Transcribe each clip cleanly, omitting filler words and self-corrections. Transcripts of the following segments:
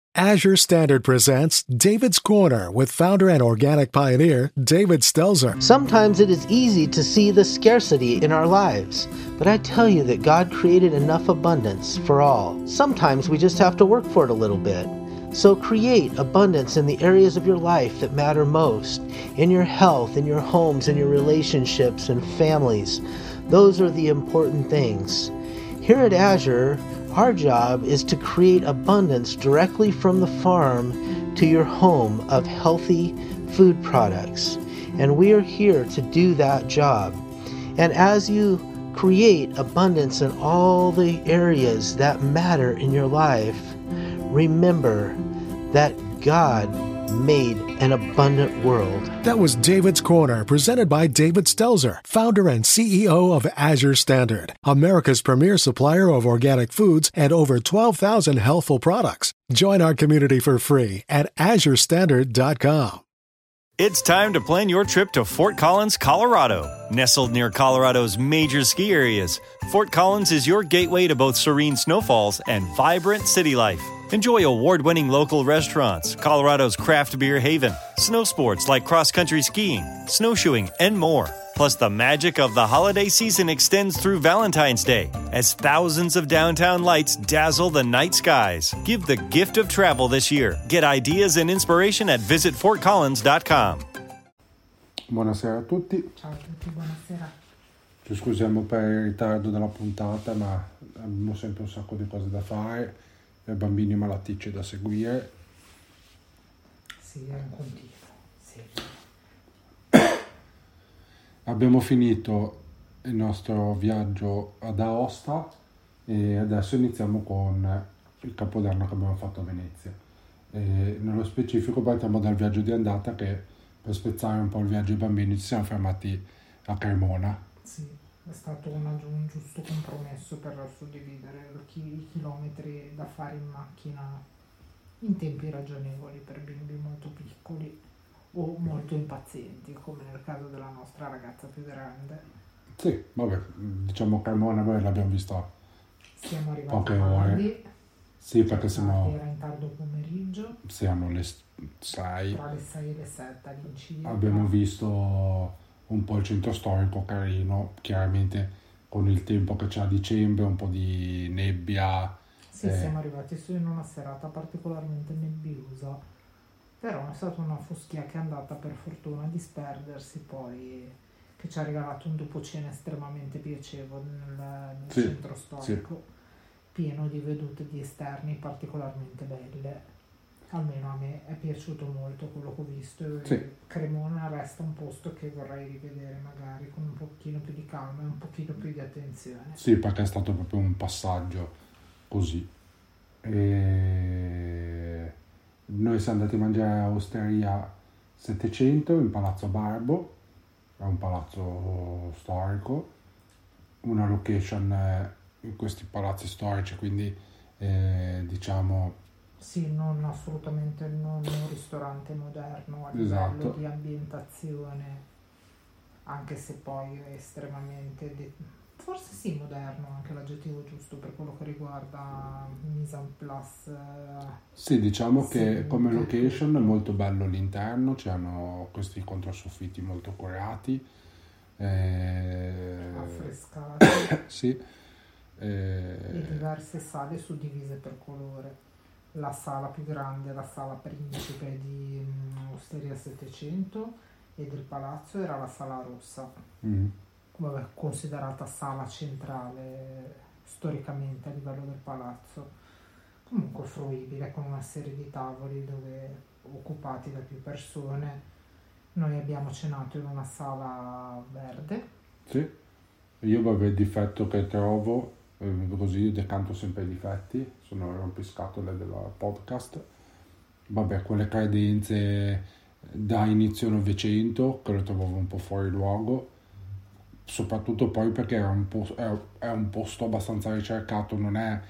Azure Standard presents David's Corner with founder and organic pioneer David Stelzer. Sometimes it is easy to see the scarcity in our lives, but I tell you that God created enough abundance for all. Sometimes we just have to work for it a little bit. So create abundance in the areas of your life that matter most, in your health, in your homes, in your relationships and families. Those are the important things. Here at Azure, our job is to create abundance directly from the farm to your home of healthy food products. And we are here to do that job. And as you create abundance in all the areas that matter in your life, remember that God made an abundant world. That was David's Corner, presented by David Stelzer, founder and CEO of Azure Standard, America's premier supplier of organic foods and over 12,000 healthful products. Join our community for free at azurestandard.com. It's time to plan your trip to Fort Collins, Colorado. Nestled near Colorado's major ski areas, Fort Collins is your gateway to both serene snowfalls and vibrant city life. Enjoy award-winning local restaurants, Colorado's craft beer haven, snow sports like cross-country skiing, snowshoeing, and more. Plus, the magic of the holiday season extends through Valentine's Day as thousands of downtown lights dazzle the night skies. Give the gift of travel this year. Get ideas and inspiration at visitfortcollins.com. Buonasera a tutti. Ciao a tutti, buonasera. Ci scusiamo per il ritardo della puntata, ma abbiamo sempre un sacco di cose da fare e bambini malaticci da seguire. Sì, è un continuo. Sì. Abbiamo finito il nostro viaggio ad Aosta e adesso iniziamo con il capodanno che abbiamo fatto a Venezia. E nello specifico partiamo dal viaggio di andata, che per spezzare un po' il viaggio ai bambini ci siamo fermati a Cremona. Sì, è stato un giusto compromesso per suddividere i chilometri da fare in macchina in tempi ragionevoli per bimbi molto piccoli o molto impazienti, come nel caso della nostra ragazza più grande. Sì, vabbè, diciamo Cremona noi l'abbiamo vista Siamo arrivati poche ore. Sì, perché siamo... Era in tardo pomeriggio. Siamo le 6. Tra le 6 e le 7 all'incirca. Abbiamo visto un po' il centro storico carino, chiaramente con il tempo che c'è a dicembre, un po' di nebbia. Sì, siamo arrivati su in una serata particolarmente nebbiosa. Però è stata una foschia che è andata per fortuna a disperdersi, poi che ci ha regalato un dopo cena estremamente piacevole nel Sì, centro storico, pieno di vedute di esterni particolarmente belle. Almeno a me è piaciuto molto quello che ho visto. Sì. Cremona resta un posto che vorrei rivedere magari con un pochino più di calma e un pochino più di attenzione. Sì, perché è stato proprio un passaggio così. E... Noi siamo andati a mangiare a Osteria 700 in Palazzo Barbo, è un palazzo storico, una location in questi palazzi storici, quindi diciamo... Sì, non assolutamente non un ristorante moderno a Esatto. livello di ambientazione, anche se poi è estremamente, forse sì, moderno, anche l'aggettivo giusto per quello che riguarda mise en place. Sì, diciamo Sì, che come tutto. location è molto bello l'interno, c'hanno questi controsoffitti molto curati. Affrescati Sì. e diverse sale suddivise per colore. La sala più grande, la sala principe di Osteria 700, e del palazzo era la sala rossa, vabbè, considerata sala centrale storicamente a livello del palazzo, comunque fruibile, con una serie di tavoli dove occupati da più persone. Noi abbiamo cenato in una sala verde. Sì, io vabbè il difetto che trovo, così io decanto sempre i difetti, sono il rompiscatole del podcast, vabbè quelle credenze da inizio Novecento che lo trovavo un po' fuori luogo, soprattutto poi perché è un posto abbastanza ricercato, non è...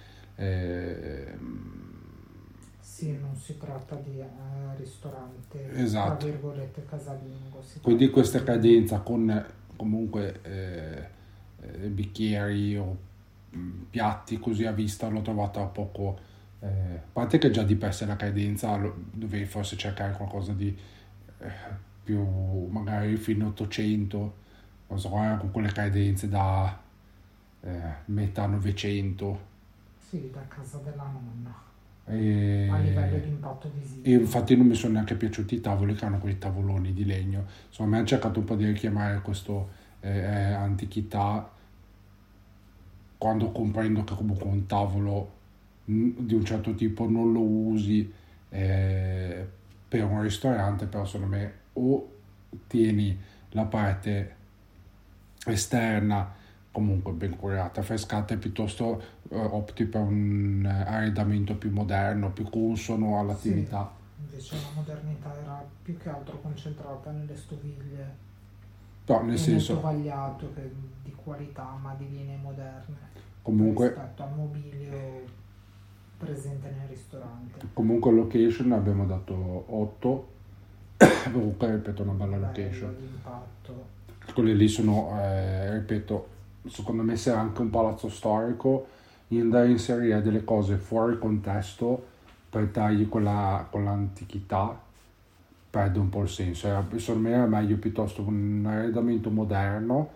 Sì, non si tratta di ristorante, Esatto. tra virgolette, casalingo. Quindi questa cadenza con comunque bicchieri o piatti così a vista l'ho trovata poco A parte che già di per sé la cadenza dovevi forse cercare qualcosa di più magari fino 800, non so, con quelle cadenze da metà 900. Sì, da casa della nonna. A E livello di impatto visivo. infatti non mi sono neanche piaciuti i tavoli che hanno quei tavoloni di legno. Insomma, mi hanno cercato un po' di richiamare questo antichità, quando comprendo che comunque un tavolo di un certo tipo non lo usi per un ristorante, però secondo me o tieni la parte esterna comunque ben curata, frescata, e piuttosto opti per un arredamento più moderno, più consono all'attività. Sì, invece la modernità era più che altro concentrata nelle stoviglie Però nel e senso, nel tovagliato, che di qualità ma di linee moderne comunque, rispetto al mobilio presente nel ristorante. comunque location abbiamo dato 8, comunque ripeto una bella location. L'impatto. Quelle lì sono, ripeto, secondo me se è anche un palazzo storico, andare a inserire delle cose fuori contesto per dargli quell'antichità perde un po' il senso. Secondo me è meglio piuttosto un arredamento moderno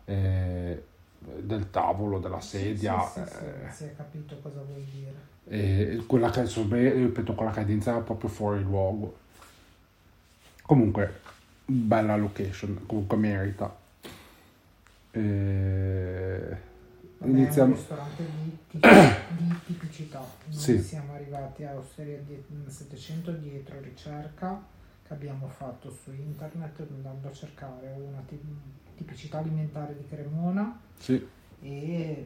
del tavolo, della sedia. Sì, si è capito cosa vuoi dire. E quella che secondo me, ripeto, quella cadenza era proprio fuori luogo. Comunque bella location, comunque merita. Iniziamo. È un ristorante di tipicità. Noi Sì. siamo arrivati a Osteria 700 dietro ricerca che abbiamo fatto su internet, andando a cercare una tipicità alimentare di Cremona. Sì. Ed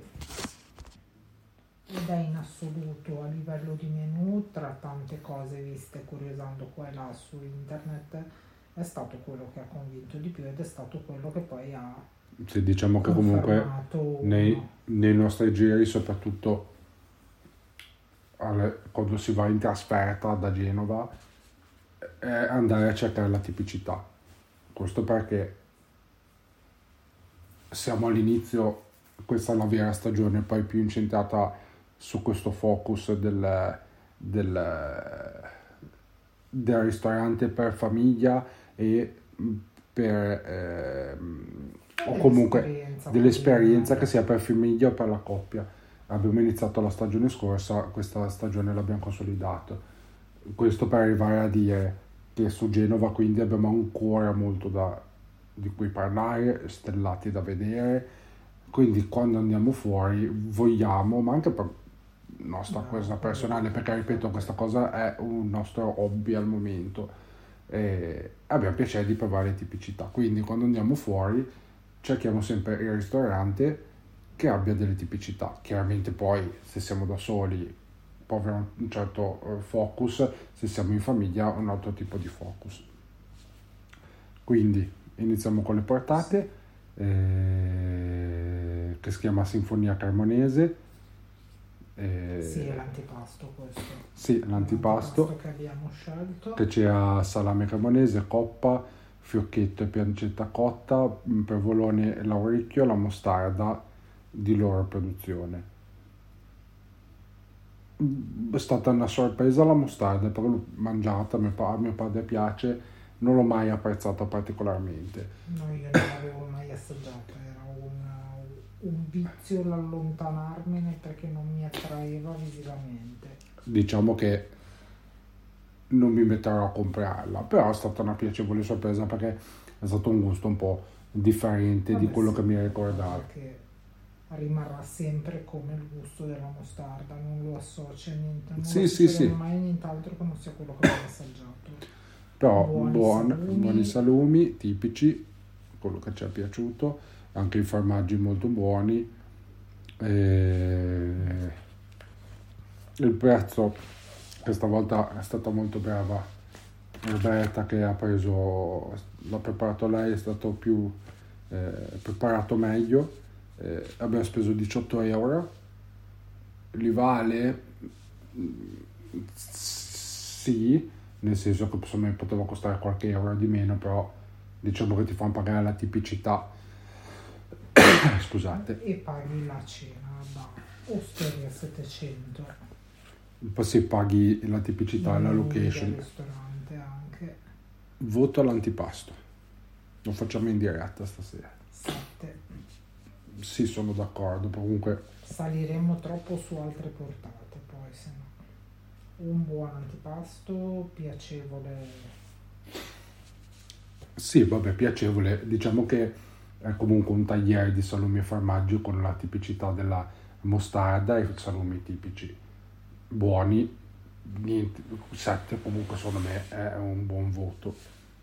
è in assoluto, a livello di menù, tra tante cose viste curiosando qua e là su internet, è stato quello che ha convinto di più, ed è stato quello che poi ha Sì, diciamo che comunque confermato nei nostri giri, soprattutto quando si va in trasferta da Genova, è andare a cercare la tipicità. Questo perché siamo all'inizio, questa è la vera stagione poi più incentrata su questo focus del ristorante per famiglia e per o comunque dell'esperienza che sia per famiglia o per la coppia. Abbiamo iniziato la stagione scorsa, questa stagione l'abbiamo consolidato. Questo per arrivare a dire che su Genova quindi abbiamo ancora molto di cui parlare, stellati da vedere, quindi quando andiamo fuori vogliamo, ma anche per nostra cosa personale, perché ripeto, questa cosa è un nostro hobby al momento, abbiamo piacere di provare tipicità, quindi quando andiamo fuori cerchiamo sempre il ristorante che abbia delle tipicità. Chiaramente poi se siamo da soli può avere un certo focus, se siamo in famiglia un altro tipo di focus. Quindi iniziamo con le portate, che si chiama Sinfonia Cremonese. Sì, è l'antipasto questo. Sì, l'antipasto che abbiamo scelto. Che c'era salame cremonese, coppa, fiocchetto e pancetta cotta, provolone e lauricchio, la mostarda di loro produzione. È stata una sorpresa la mostarda, però l'ho mangiata, a mio padre piace, non l'ho mai apprezzata particolarmente. No, io non l'avevo mai assaggiata, era un vizio l'allontanarmene perché non mi attraeva visivamente. Diciamo che non mi metterò a comprarla, però è stata una piacevole sorpresa perché è stato un gusto un po' differente di quello che mi ricordavo. Perché rimarrà sempre come il gusto della mostarda, non lo associa a niente, non lo associa mai a nient'altro che non sia quello che abbiamo assaggiato. Però buoni salumi tipici, quello che ci è piaciuto, anche i formaggi molto buoni, il prezzo, questa volta è stata molto brava Roberta che l'ha preparato lei, è stato più preparato meglio. Abbiamo speso 18 euro, li vale? Sì, nel senso che secondo me poteva costare qualche euro di meno, però diciamo che ti fanno pagare la tipicità. Scusate. E paghi la cena da Osteria 700. Poi se paghi la tipicità e la location. Il ristorante anche. Voto all'antipasto. Lo facciamo in diretta stasera. 7. Sì, sono d'accordo. Comunque Saliremo troppo su altre portate, poi se no. Un buon antipasto, piacevole. sì, vabbè, piacevole. Diciamo che è comunque un tagliere di salumi e formaggi con la tipicità della mostarda e salumi tipici. Buoni. Niente, 7 comunque secondo me è un buon voto.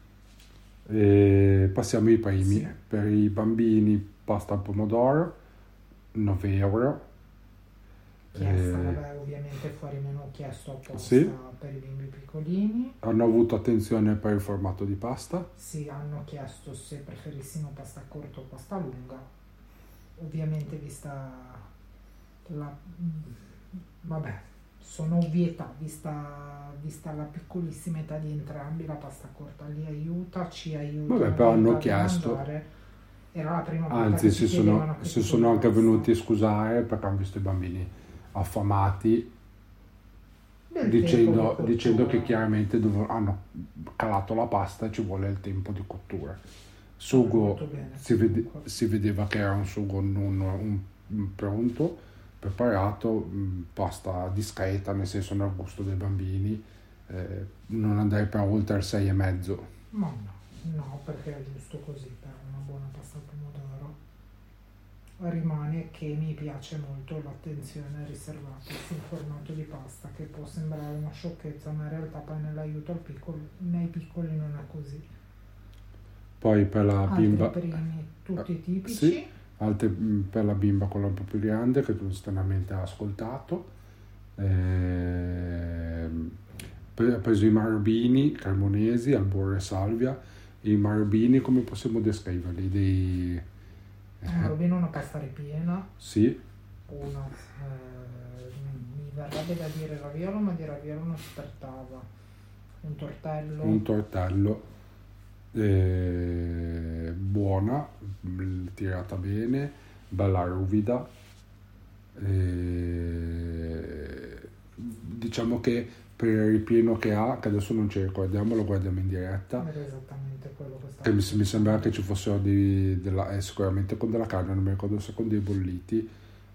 E passiamo ai primi. Sì. Per i bambini pasta al pomodoro 9 euro. Chiesta, vabbè, ovviamente fuori menù chiesto apposta Sì. per i bimbi piccolini. Hanno avuto attenzione per il formato di pasta. Sì, hanno chiesto se preferissimo pasta corta o pasta lunga. Ovviamente vista la... vabbè, sono ovvietà, vista la piccolissima età di entrambi, la pasta corta li aiuta, ci aiuta. Vabbè, però hanno aiuta a chiesto. mangiare. Era la prima volta Anzi, che si chiedevano che sono tipo di anche pasta. venuti a scusare perché hanno visto i bambini affamati, Del tempo di dicendo che cottura. chiaramente hanno calato la pasta e ci vuole il tempo di cottura. Sugo, Molto bene. si vedeva che era un sugo non un pronto, preparato, pasta discreta, nel senso nel gusto dei bambini, non andare per oltre il 6,5. Ma no, perché è giusto così per una buona pasta al pomodoro. Rimane che mi piace molto l'attenzione riservata sul formato di pasta, che può sembrare una sciocchezza, ma in realtà poi nell'aiuto nei piccoli non è così. Poi per la Altri bimba, primi, tutti tipici. sì, per la bimba quella un po' più grande che tu stranamente ha ascoltato. Ha preso i marobini cremonesi al burro e salvia. I marobini come possiamo descriverli? Robino una pasta ripiena, Sì, mi verrebbe da dire raviolo, ma di raviolo non si trattava. Un tortello. un tortello, buona, tirata bene, bella ruvida. Diciamo che per il ripieno che ha, che adesso non ci ricordiamo, lo guardiamo in diretta, Era esattamente quello che stavo che mi dicendo. sembra che ci fossero sicuramente con della carne, non mi ricordo se con dei bolliti.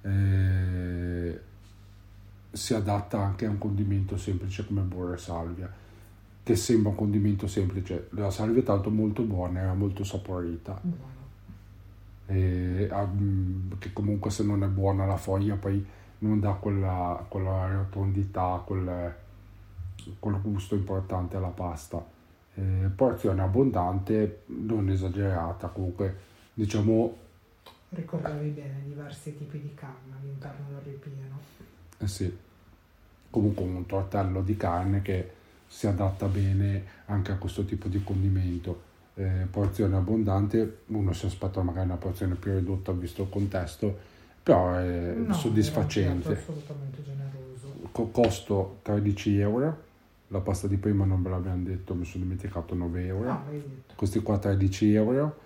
Si adatta anche a un condimento semplice come burro e salvia, che sembra un condimento semplice. La salvia è tanto molto buona, era molto saporita, che comunque se non è buona la foglia poi non dà quella rotondità, quel gusto importante alla pasta. Porzione abbondante, non esagerata, comunque diciamo. Ricordavi bene diversi tipi di carne all'interno del ripieno. Sì, comunque un tortello di carne che si adatta bene anche a questo tipo di condimento. Porzione abbondante, uno si aspetta magari una porzione più ridotta visto il contesto, però è No, soddisfacente. era un piatto assolutamente generoso. Costo 13 euro, la pasta di prima non ve l'abbiamo detto, mi sono dimenticato, 9 euro. Ah, l'hai detto. Questi qua 13 euro,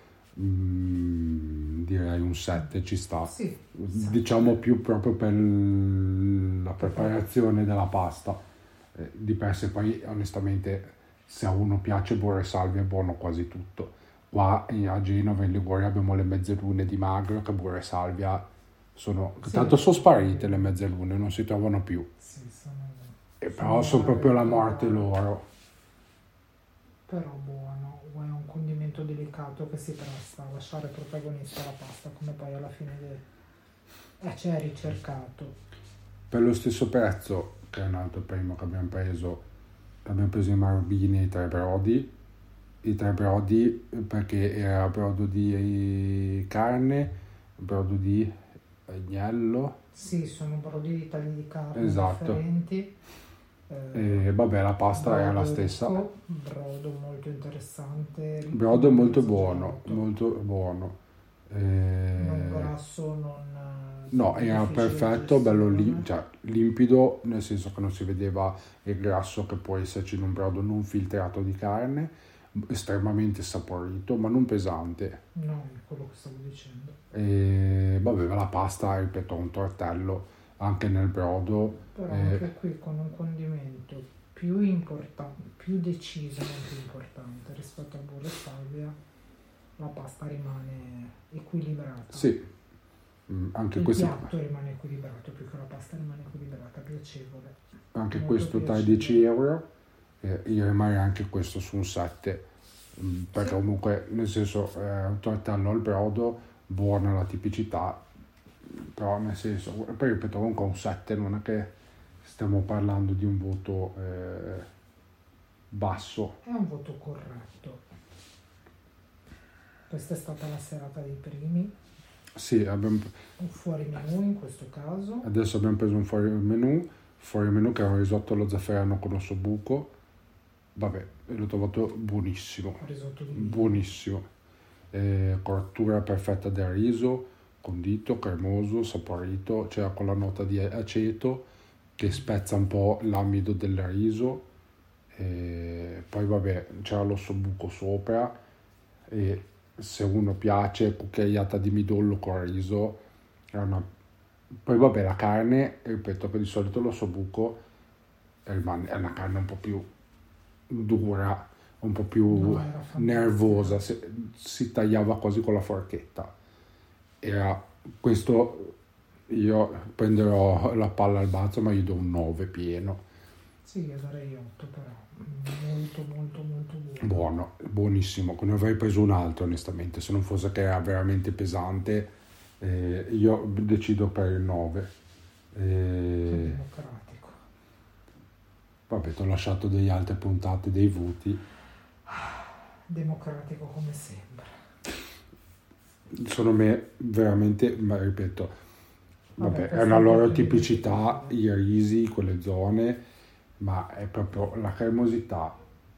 direi un 7 ci sta. Sì, Diciamo più proprio per la preparazione della pasta. Di per sé poi onestamente se a uno piace burro e salvia è buono quasi tutto. Qua a Genova in Liguria abbiamo le mezzelune di magro che burro e salvia sono sparite, le mezzelune non si trovano più, sì, però sono proprio la morte loro. Però buono, è un condimento delicato che si presta a lasciare protagonista la pasta, come poi alla fine c'è ricercato. Per lo stesso prezzo, che è un altro primo che abbiamo preso i marobini e i tre brodi perché era brodo di carne, brodo di agnello. Sì, sono brodi di tagli di carne Esatto. differenti. E vabbè, la pasta era la stessa. Ricco, brodo molto interessante. Ricco, Brodo molto esagerato. buono. Non grasso, non... No, era difficile perfetto, bello gestione. limpido, nel senso che non si vedeva il grasso che può esserci in un brodo non filtrato di carne, estremamente saporito, ma non pesante. No, è quello che stavo dicendo. E vabbè, la pasta, ripeto, un tortello anche nel brodo. Però anche qui con un condimento più importante, più deciso, non più importante rispetto al burro e salvia, la pasta rimane equilibrata. Sì, anche il questo, piatto rimane equilibrato, più che la pasta rimane equilibrata, piacevole. anche molto questo tra i piacevole. 10 euro, io rimarrei anche questo su un 7, perché Sì. comunque, nel senso, un tortello al brodo, buona la tipicità, però nel senso, poi ripeto, comunque un 7 non è che stiamo parlando di un voto basso. È un voto corretto. Questa è stata la serata dei primi, Sì, un fuori menù in questo caso. adesso abbiamo preso un fuori menù che è un risotto allo zafferano con ossobuco, vabbè, l'ho trovato buonissimo, Risotto di buonissimo, cottura perfetta del riso, condito, cremoso, saporito, c'era con la nota di aceto che spezza un po' l'amido del riso, poi vabbè c'era l'ossobuco sopra, e se uno piace cucchiaiata di midollo con riso, poi vabbè la carne, ripeto che di solito l'ossobuco è una carne un po' più dura, un po' più No, era fantastica. nervosa, si tagliava quasi con la forchetta. Era questo, io prenderò la palla al balzo, ma io do un 9 pieno. Sì, io darei 8 però, molto molto molto buono. Buono, buonissimo, ne avrei preso un altro onestamente, se non fosse che era veramente pesante, io decido per il 9. Democratico. Vabbè, ti ho lasciato delle altre puntate, dei voti. Democratico come sembra. Secondo me veramente, ma ripeto, vabbè, Vabbè, è una loro questo è tipicità, il i risi, quelle zone, ma è proprio la cremosità,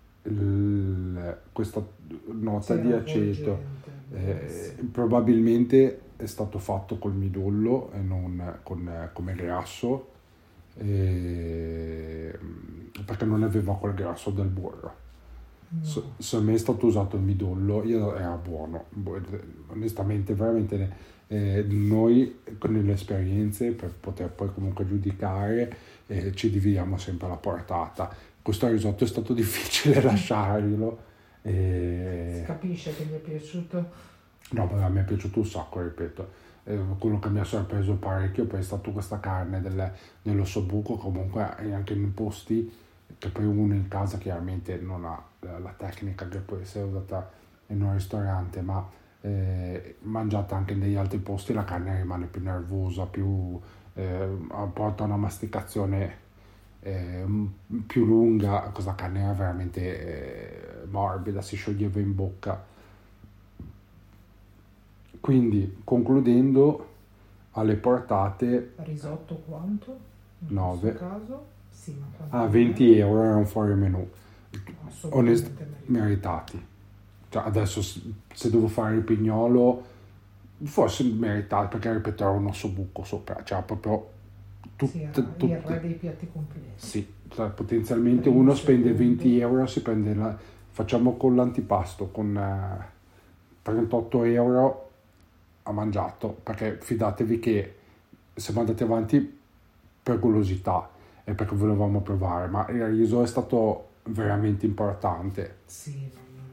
questa nota Sì, di era aceto, avvolgente, bellissimo. probabilmente è stato fatto col midollo e non come grasso, perché non aveva quel grasso del burro. No. Se me è stato usato il midollo, era buono, onestamente, veramente. Noi con le esperienze, per poter poi comunque giudicare, ci dividiamo sempre la portata. Questo risotto è stato difficile lasciarlo. Si capisce che gli è piaciuto. No, però mi è piaciuto un sacco, ripeto. Quello che mi ha sorpreso parecchio poi è stato questa carne dell'ossobuco, comunque anche in posti che poi uno in casa chiaramente non ha la tecnica che può essere usata in un ristorante, ma mangiata anche in degli altri posti la carne rimane più nervosa, porta una masticazione più lunga. Questa carne era veramente morbida, si scioglieva in bocca. Quindi, concludendo, alle portate Risotto quanto? In 9. questo caso? Sì, ma quanto? 20 euro era un fuori menù, Assolutamente meritato. meritati. Cioè, adesso se devo fare il pignolo, forse meritato, perché ripeto era un ossobuco sopra, cioè proprio Sì, era il re dei piatti complessi. Sì, cioè, potenzialmente Primo, uno spende secondo. 20 euro, si prende facciamo con l'antipasto, con 38 euro ha mangiato, perché fidatevi che siamo andati avanti per golosità e perché volevamo provare, ma il riso è stato veramente importante. Sì,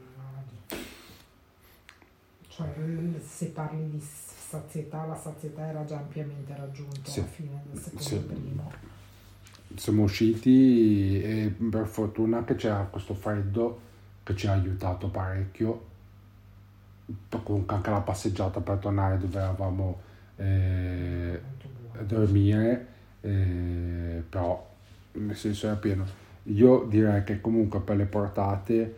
cioè se parli di sazietà, la sazietà era già ampiamente raggiunta Sì. alla fine del secondo Sì. primo. Siamo usciti e per fortuna che c'era questo freddo che ci ha aiutato parecchio, comunque anche la passeggiata per tornare dove eravamo Molto a buono. dormire, però nel senso era pieno. Io direi che comunque per le portate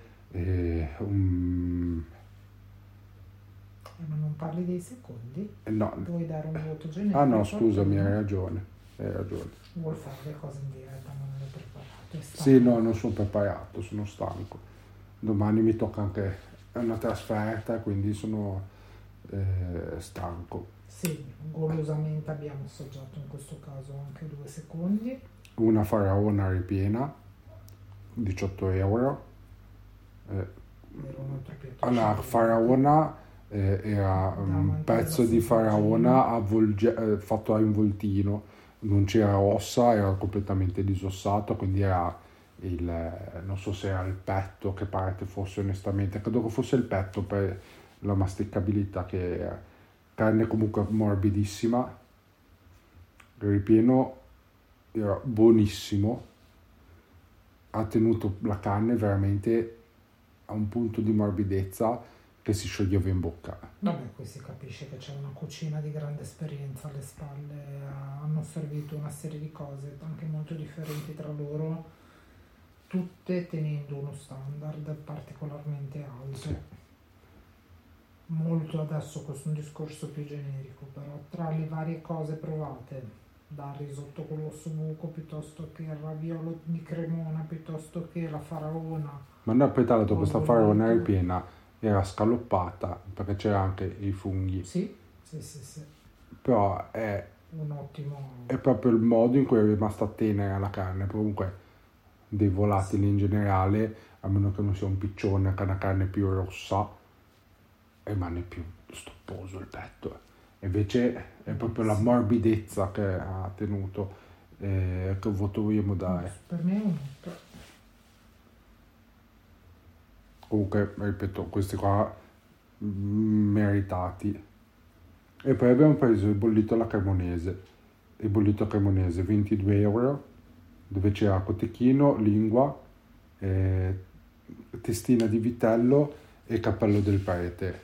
Ma non parli dei secondi? no. Vuoi dare un voto generico? Ah no, scusami, hai Qualcuno? ragione. Vuol fare le cose in diretta, ma non le preparato. Sì, no, non sono preparato, sono stanco. Domani mi tocca anche una trasferta, quindi sono stanco. Sì, golosamente abbiamo assaggiato in questo caso anche 2 secondi. Una faraona ripiena, 18 euro. Era un altro piatto. Allora, scelto. faraona era un mangiare pezzo la di selvaggina. faraona fatto a involtino, non c'era ossa, era completamente disossato, quindi era non so se era il petto, che pare che fosse onestamente, credo che fosse il petto per la masticabilità, che era carne comunque morbidissima, il ripieno era buonissimo, ha tenuto la carne veramente a un punto di morbidezza che si scioglieva in bocca. Vabbè, qui si capisce che c'è una cucina di grande esperienza alle spalle, hanno servito una serie di cose anche molto differenti tra loro, tutte tenendo uno standard particolarmente alto. Sì. Molto adesso, questo è un discorso più generico, però tra le varie cose provate, dal risotto con l'ossobuco piuttosto che il raviolo di cremona, piuttosto che la faraona. Ma noi poi tra l'altro Ho questa faraona bollito. ripiena era scaloppata perché c'era anche i funghi, Sì. però è Un ottimo... proprio il modo in cui è rimasta tenera la carne. Comunque dei volatili in generale, a meno che non sia un piccione, che è una carne più rossa, rimane più stopposo il petto. Invece è proprio la morbidezza che ha tenuto. Che voto vogliamo dare? Per me è un 8. Comunque, ripeto, questi qua meritati. E poi abbiamo preso il bollito alla cremonese. Il bollito cremonese, 22 euro, dove c'era cotechino, lingua, testina di vitello e cappello del prete.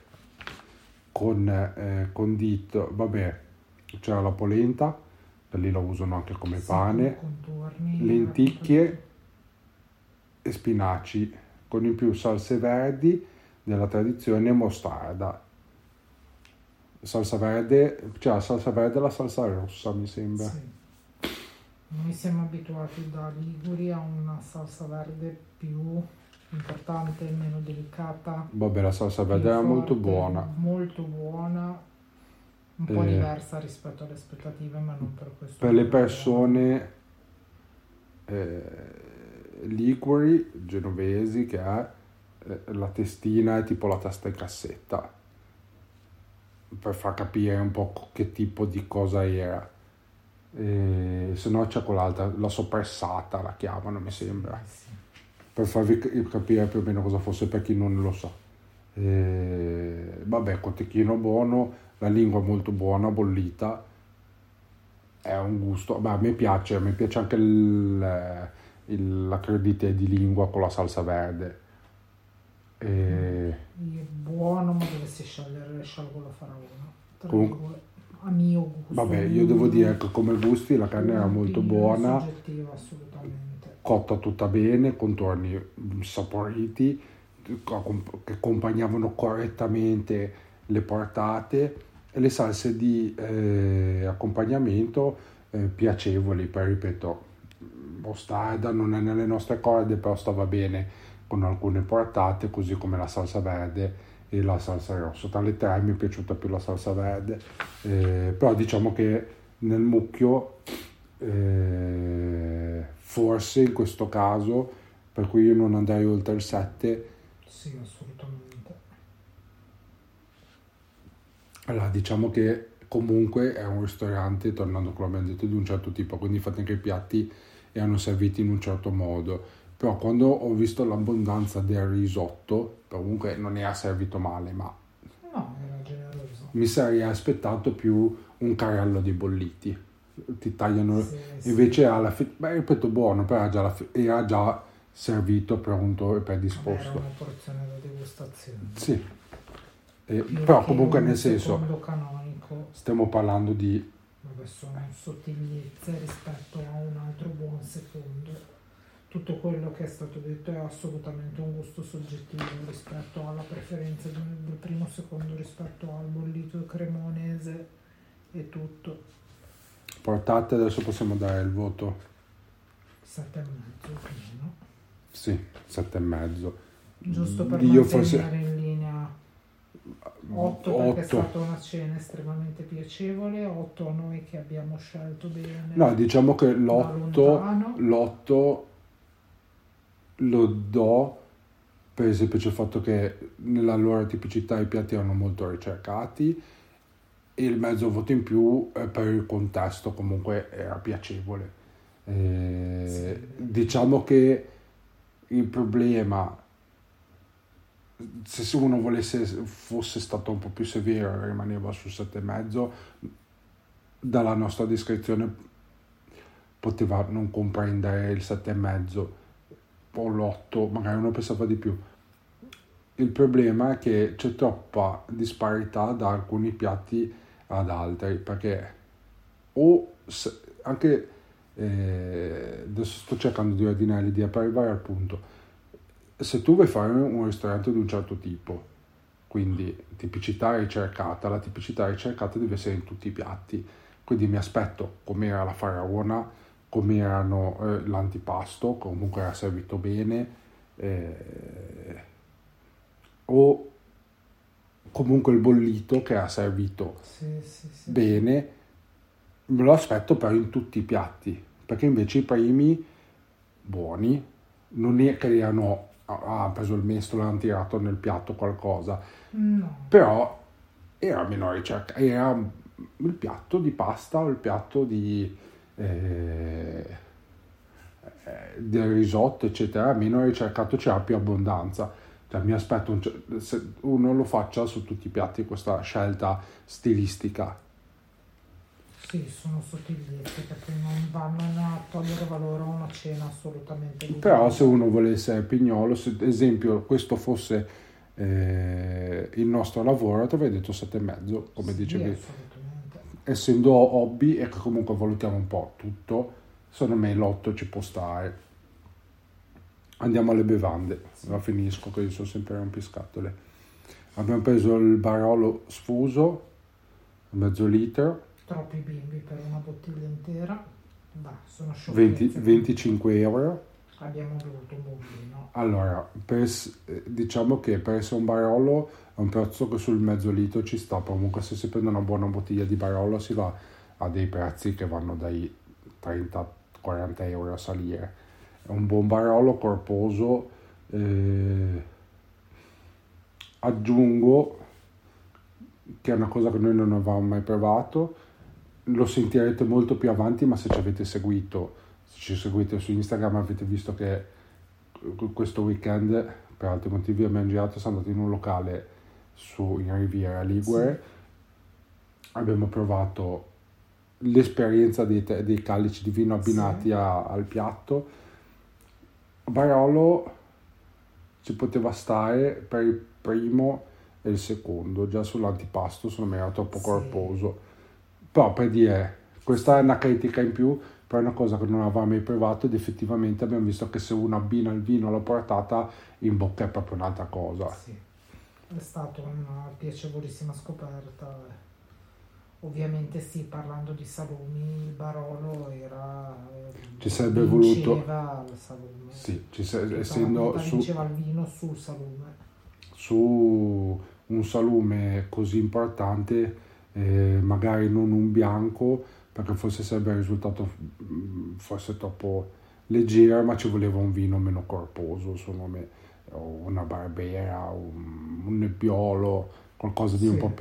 Con condito, vabbè, c'era la polenta, da lì la usano anche come pane, Contorni, lenticchie e spinaci, con in più salse verdi della tradizione e mostarda. Salsa verde, cioè la salsa verde e la salsa rossa, mi sembra. Sì. Noi siamo abituati da Liguri a una salsa verde più importante, meno delicata. Vabbè, la salsa più verde era forte, molto buona. Molto buona, un po' diversa rispetto alle aspettative, ma non per questo. Per le persone liguri, genovesi, che è la testina è tipo la testa in cassetta, per far capire un po' che tipo di cosa era. Se no c'è quell'altra, la soppressata la chiamano, mi sembra, Sì. per farvi capire più o meno cosa fosse per chi non lo sa. Vabbè, cotechino buono, la lingua molto buona, bollita, è un gusto. Beh, a me piace anche la credite di lingua con la salsa verde. Io buono, ma dovessi scegliere, scelgo la faraona. Tra Comunque- le due, a mio gusto. Vabbè, io devo dire che come gusti la carne era molto Un'opinione buona, soggettiva, assolutamente. cotta tutta bene, contorni saporiti, che accompagnavano correttamente le portate, e le salse di accompagnamento piacevoli. Poi ripeto, mostarda non è nelle nostre corde, però stava bene con alcune portate, così come la salsa verde e la salsa rossa. Tra le tre mi è piaciuta più la salsa verde, però diciamo che nel mucchio forse in questo caso, per cui io non andrei oltre il 7. Sì, assolutamente. Allora, diciamo che comunque è un ristorante, tornando a quello che abbiamo detto, di un certo tipo, quindi fate anche i piatti erano serviti in un certo modo. Però quando ho visto l'abbondanza del risotto, comunque non era servito male, ma No, era generoso. mi sarei aspettato più un carrello di bolliti. Ti tagliano, Sì. invece alla fine, beh, ripeto, buono, però era già servito, pronto e Era predisposto. una porzione da degustazione. Sì. Più Però che comunque un nel senso, secondo canonico. stiamo parlando di Vabbè, sono sottigliezze rispetto a un altro buon secondo. Tutto quello che è stato detto è assolutamente un gusto soggettivo rispetto alla preferenza del primo secondo rispetto al bollito cremonese e tutto. portate. Adesso possiamo dare il voto. 7,5 più o meno. Sì, 7,5. Giusto per Io mantenere forse in linea 8 perché è 8. stata una cena estremamente piacevole, 8 a noi che abbiamo scelto bene. No, diciamo che lontano. l'8 lo do per il semplice fatto che nella loro tipicità i piatti erano molto ricercati e il mezzo voto in più per il contesto comunque era piacevole. Diciamo che il problema, se uno fosse stato un po' più severo, rimaneva su 7,5. Dalla nostra descrizione poteva non comprendere il 7,5 o l'8, magari uno pensava di più. Il problema è che c'è troppa disparità da alcuni piatti ad altri, perché anche adesso sto cercando di ordinare l'idea per arrivare al punto. Se tu vuoi fare un ristorante di un certo tipo, quindi tipicità ricercata, la tipicità ricercata deve essere in tutti i piatti, quindi mi aspetto com'era la faraona, com'erano l'antipasto, comunque era servito bene, o comunque il bollito che era servito bene, me lo aspetto però in tutti i piatti, perché invece i primi buoni non è che erano preso il mestolo e hanno tirato nel piatto qualcosa, No. però era meno ricerca, era il piatto di pasta o il piatto del risotto eccetera, meno ricercato, c'era più abbondanza. Cioè, mi aspetto se uno lo faccia su tutti i piatti questa scelta stilistica. Sì, sono sottigliezze perché non vanno a togliere valore a una cena assolutamente. Però se uno volesse pignolo, se ad esempio questo fosse il nostro lavoro, ti avrei detto 7,5, come dicevi. Assolutamente. Essendo hobby e che comunque valutiamo un po' tutto, secondo me l'8 ci può stare. Andiamo alle bevande, la finisco che io sono sempre rompiscatole. Abbiamo preso il Barolo sfuso, mezzo litro, Troppi bimbi per una bottiglia intera. Sono sciocchezze. 25 euro. Abbiamo bevuto un buon vino. Allora, diciamo che per essere un Barolo è un prezzo che sul mezzo litro ci sta, comunque se si prende una buona bottiglia di Barolo si va a dei prezzi che vanno dai 30-40 euro a salire. È un buon Barolo corposo. Aggiungo che è una cosa che noi non avevamo mai provato, lo sentirete molto più avanti, ma se ci avete seguito, se ci seguite su Instagram avete visto che questo weekend per altri motivi abbiamo girato, siamo andati in un locale in Riviera Ligure, abbiamo provato l'esperienza dei calici di vino abbinati al piatto. Barolo ci poteva stare per il primo e il secondo, già sull'antipasto secondo me era troppo corposo, però per dire, questa è una critica in più, però è una cosa che non avevamo mai provato ed effettivamente abbiamo visto che se uno abbina il vino alla portata in bocca è proprio un'altra cosa. Sì, è stata una piacevolissima scoperta. Ovviamente sì, parlando di salumi, il Barolo era ci sarebbe voluto il salume. Sì, essendo vinceva il vino sul salume. Su un salume così importante, magari non un bianco, perché forse sarebbe risultato forse troppo leggero, ma ci voleva un vino meno corposo, secondo me, o una Barbera, un Nebbiolo, qualcosa di un po'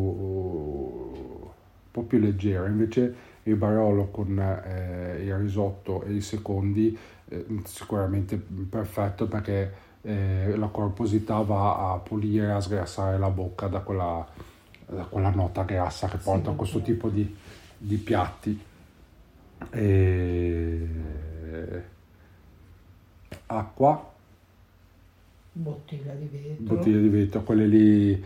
più leggero. Invece il Barolo con il risotto e i secondi sicuramente perfetto, perché la corposità va a pulire, a sgrassare la bocca da quella nota grassa che porta a questo tipo di piatti. Acqua, bottiglia di vetro, quelle lì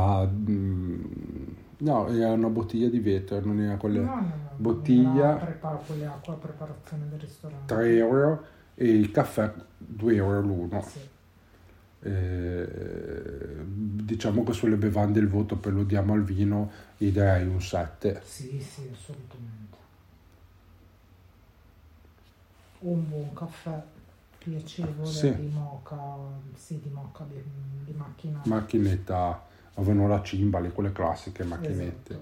no, era una bottiglia di vetro, non era quelle. No, bottiglia, quelle acqua a preparazione del ristorante, 3 euro, e il caffè 2 euro l'uno. Sì. Diciamo che sulle bevande il voto per lo diamo al vino, gli darei un 7. Sì, assolutamente. Un buon caffè piacevole, di moka, di macchinetta, avevano la Cimbali, quelle classiche macchinette.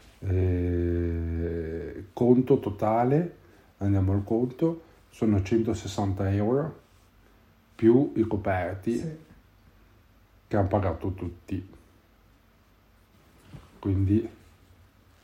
Esatto. Conto totale, andiamo al conto, sono 160 euro più i coperti che hanno pagato tutti, quindi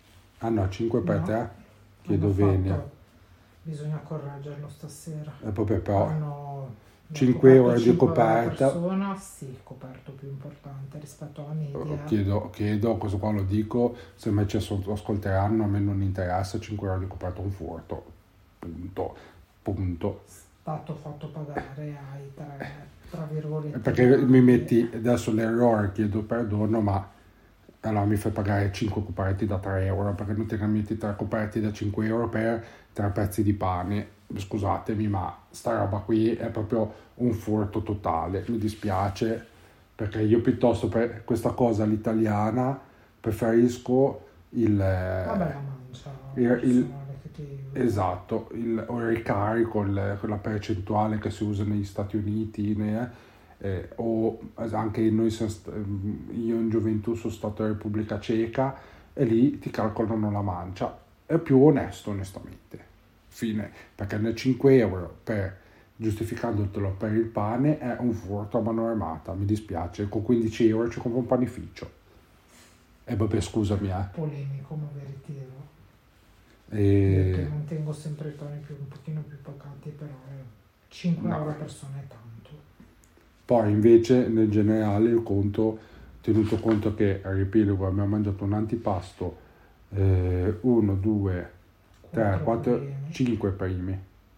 Ah no, 5 per No, te? Chiedo hanno venia. fatto- Bisogna correggerlo stasera. E proprio però Hanno 5 coperto euro di 5 euro a coperta. persona, sì, coperto più importante rispetto alla media. Chiedo, questo qua lo dico, se mai ci ascolteranno, a me non interessa, 5 euro di coperta un furto. Punto. Stato fatto pagare ai tre, tra virgolette. Perché mi metti adesso l'errore, chiedo perdono, ma allora mi fai pagare 5 coperti da 3 euro, perché non te ne metti 3 coperti da 5 euro per 3 pezzi di pane. Scusatemi, ma sta roba qui è proprio un furto totale, mi dispiace, perché io piuttosto per questa cosa all'italiana preferisco il... Vabbè, la mancia il- personale che ti... Esatto, o il ricarico, quella percentuale che si usa negli Stati Uniti, o anche noi io in gioventù sono stato in Repubblica Ceca e lì ti calcolano la mancia. È più onesto, onestamente. Fine, perché nel 5 euro giustificandotelo per il pane è un furto a mano armata, mi dispiace, con 15 euro ci compro un panificio. E vabbè, scusami, polemico ma veritiero. E... Io che mantengo sempre i toni un pochino più pacati, però 5 No. euro a persona è tanto. Poi invece nel generale il conto, tenuto conto che a riepilogo abbiamo mangiato un antipasto, 1, 2, 3, 4, primi. 5 primi.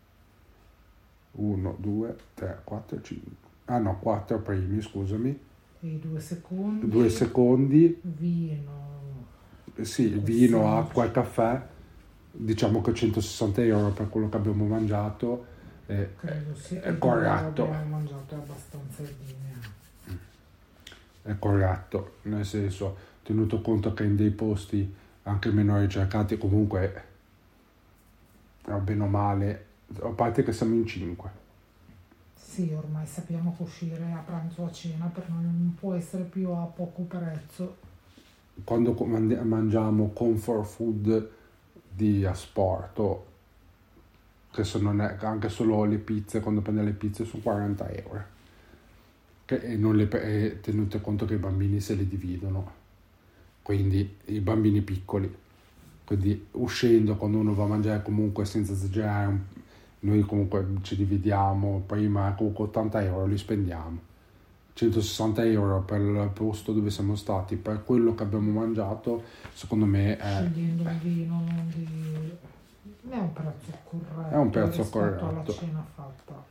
1, 2, 3, 4, 5. Ah no, 4 primi, scusami. E i 2 secondi. 2 secondi, Vino. sì, vino, acqua e caffè. Diciamo che 160 euro per quello che abbiamo mangiato. Credo sì. È corretto. Abbiamo mangiato abbastanza in linea. È corretto, nel senso, tenuto conto che in dei posti anche meno ricercati comunque bene o male, a parte che siamo in 5. Sì, ormai sappiamo che uscire a pranzo o a cena per noi non può essere più a poco prezzo. Quando mangiamo comfort food di asporto, che sono anche solo le pizze, quando prendi le pizze sono 40 euro. E non tenute conto che i bambini se le dividono, quindi i bambini piccoli. Quindi uscendo, quando uno va a mangiare, comunque senza esagerare, noi comunque ci dividiamo, prima comunque 80 euro li spendiamo, 160 euro per il posto dove siamo stati, per quello che abbiamo mangiato, secondo me Scegliendo il vino non è un prezzo corretto. È un prezzo rispetto corretto. alla cena fatta.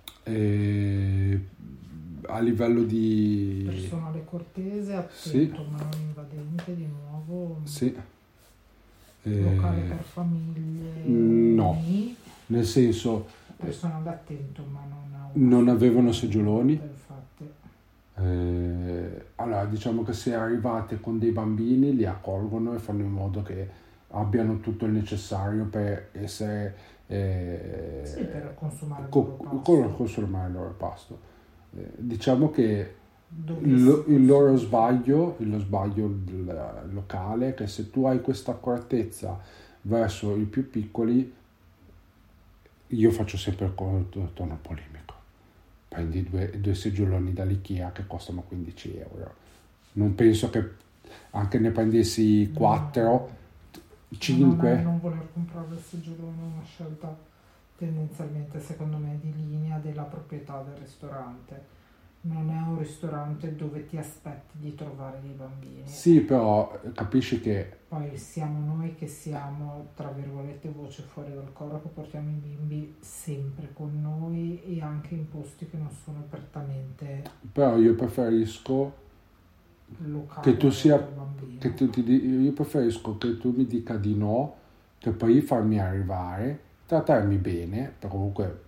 A livello di... Personale cortese, attento, Sì. ma non invadente di nuovo. Sì. Locale per famiglie. No. Nel senso, Personale attento, ma non avevano seggioloni. Infatti. Allora, diciamo che se arrivate con dei bambini li accolgono e fanno in modo che abbiano tutto il necessario per essere Sì, per consumare il loro pasto. consumare il loro pasto. Diciamo che Dove il loro sbaglio locale è che se tu hai questa accortezza verso i più piccoli, io faccio sempre il tono polemico. Prendi due seggioloni dall'IKEA che costano 15 euro. Non penso che anche ne prendessi 4, 5. Non voler comprare il seggiolone è una scelta tendenzialmente, secondo me, di linea della proprietà del ristorante. Non è un ristorante dove ti aspetti di trovare dei bambini. Sì, però capisci che Poi siamo noi che siamo, tra virgolette, voce fuori dal coro, che portiamo i bimbi sempre con noi e anche in posti che non sono prettamente però io preferisco locali che tu sia per il bambino. che io preferisco che tu mi dica di no, che poi farmi arrivare, trattarmi bene, però comunque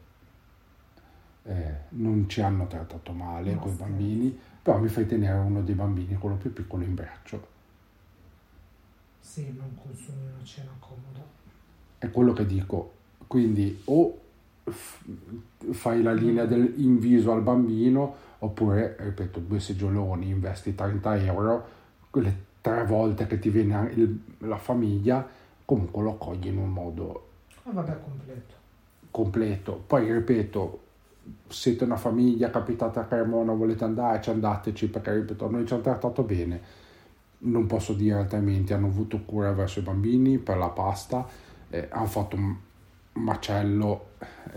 non ci hanno trattato male No, con i scherzo. bambini, però mi fai tenere uno dei bambini, quello più piccolo, in braccio. Sì, non consumi una cena comoda. È quello che dico. Quindi o fai la linea del inviso al bambino, oppure, ripeto, 2 seggioloni, investi 30 euro, quelle 3 volte che ti viene la famiglia, comunque lo accogli in un modo Vabbè, completo. Poi, ripeto, siete una famiglia, capitate a Cremona, volete andare, ci andateci, perché, ripeto, noi ci hanno trattato bene. non posso dire altrimenti, hanno avuto cura verso i bambini per la pasta, hanno fatto un macello,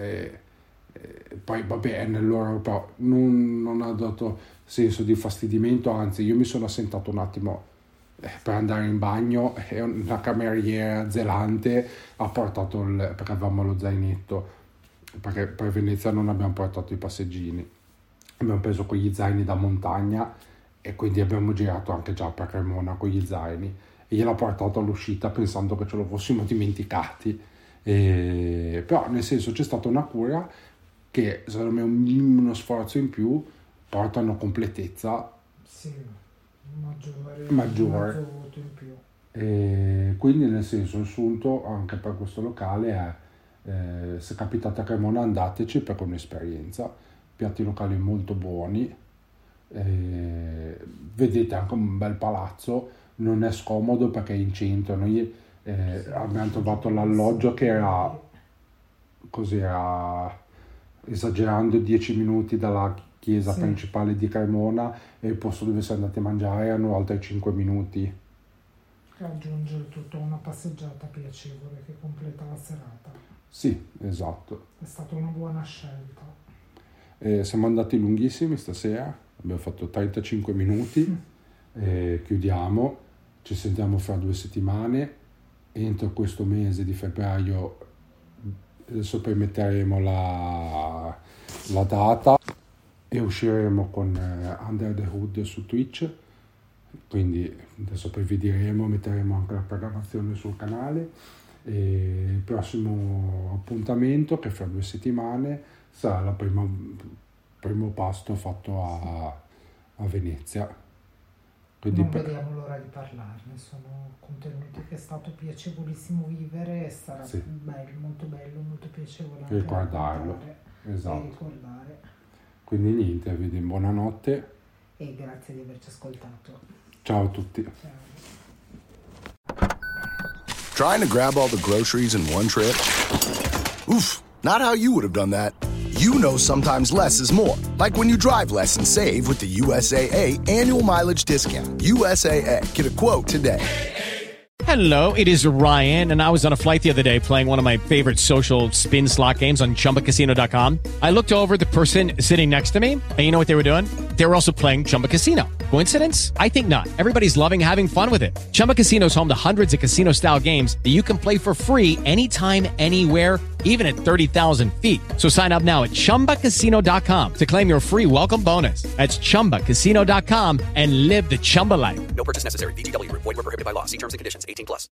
poi vabbè, nel loro, però non ha dato senso di fastidimento, anzi io mi sono assentato un attimo per andare in bagno e una cameriera zelante ha portato perché avevamo lo zainetto, perché per Venezia non abbiamo portato i passeggini, abbiamo preso quegli zaini da montagna e quindi abbiamo girato anche già per Cremona con gli zaini e gliel'ha portato all'uscita pensando che ce lo fossimo dimenticati, però nel senso c'è stata una cura che secondo me uno sforzo in più porta a una completezza maggiore. Voto in più. E quindi nel senso il sunto anche per questo locale è se capitate a Cremona andateci perché è un'esperienza, piatti locali molto buoni, vedete anche un bel palazzo, non è scomodo perché è in centro. Noi abbiamo trovato l'alloggio che era esagerando 10 minuti dalla chiesa principale di Cremona, e il posto dove siamo andati a mangiare erano altri 5 minuti. Aggiungere tutta una passeggiata piacevole che completa la serata. Sì, esatto. È stata una buona scelta. Siamo andati lunghissimi stasera, abbiamo fatto 35 minuti, chiudiamo, ci sentiamo fra 2 settimane, entro questo mese di febbraio, adesso poi metteremo la data e usciremo con Under the Hood su Twitch, quindi adesso poi vi diremo, metteremo anche la programmazione sul canale, e il prossimo appuntamento, che fra 2 settimane, sarà il primo pasto fatto a Venezia. Quindi non vediamo l'ora di parlarne, sono contenuti che è stato piacevolissimo vivere e sarà molto bello, molto piacevole anche ricordarlo. Esatto. E ricordare. Quindi niente, vi dico buonanotte e grazie di averci ascoltato. Ciao a tutti. Ciao. Trying to grab all the groceries in one trip? Oof, not how you would have done that. You know sometimes less is more. Like when you drive less and save with the USAA annual mileage discount. USAA. Get a quote today. Hello, it is Ryan, and I was on a flight the other day playing one of my favorite social spin slot games on ChumbaCasino.com. I looked over at the person sitting next to me, and you know what they were doing? They were also playing Chumba Casino. Coincidence? I think not. Everybody's loving having fun with it. Chumba Casino is home to hundreds of casino-style games that you can play for free anytime, anywhere, even at 30,000 feet. So sign up now at ChumbaCasino.com to claim your free welcome bonus. That's ChumbaCasino.com and live the Chumba life. No purchase necessary. VGW. Void where prohibited by law. See terms and conditions. 18+.